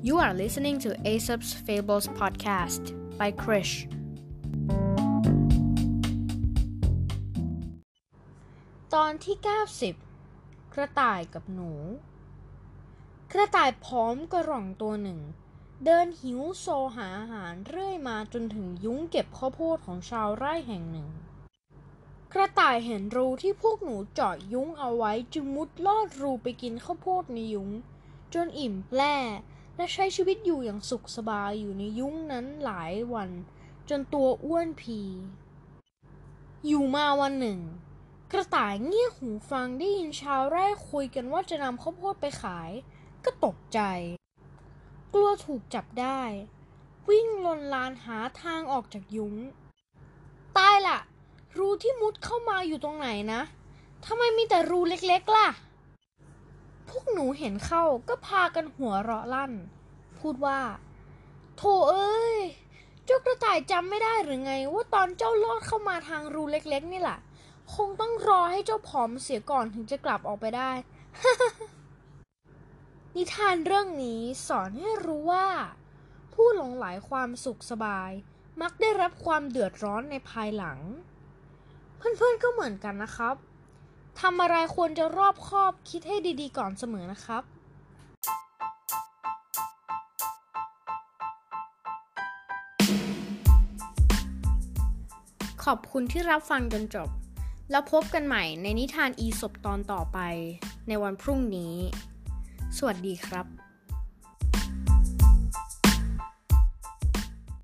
You are listening to Aesop's Fables podcast by Krish ตอนที่90กระต่ายกับหนูกระต่ายผอมกระหร่องตัวหนึ่งเดินหิวโซหาอาหารเรื่อยมาจนถึงยุ้งเก็บข้าวโพดของชาวไร่แห่งหนึ่งกระต่ายเห็นรูที่พวกหนูเจาะยุ้งเอาไว้จึงมุดลอดรูไปกินข้าวโพดในยุ้งจนอิ่มแปร่และใช้ชีวิตอยู่อย่างสุขสบายอยู่ในยุ้งนั้นหลายวันจนตัวอ้วนพีอยู่มาวันหนึ่งกระต่ายเงี่ยหูฟังได้ยินชาวไร่คุยกันว่าจะนำข้าวโพดไปขายก็ตกใจกลัวถูกจับได้วิ่งลนลานหาทางออกจากยุ้งตายล่ะรูที่มุดเข้ามาอยู่ตรงไหนนะทำไมมีแต่รูเล็กๆล่ะพวกหนูเห็นเข้าก็พากันหัวเราะลั่นพูดว่าโธ่เอ้ยเจ้ากระต่ายจำไม่ได้หรือไงว่าตอนเจ้าลอดเข้ามาทางรูเล็กๆนี่แหละคงต้องรอให้เจ้าผอมเสียก่อนถึงจะกลับออกไปได้ นิทานเรื่องนี้สอนให้รู้ว่าผู้หลงใหลความสุขสบายมักได้รับความเดือดร้อนในภายหลังเพื่อนๆก็เหมือนกันนะครับทำอะไรควรจะรอบคอบคิดให้ดีๆก่อนเสมอนะครับขอบคุณที่รับฟังจนจบแล้วพบกันใหม่ในนิทานอีสปตอนต่อไปในวันพรุ่งนี้สวัสดีครับ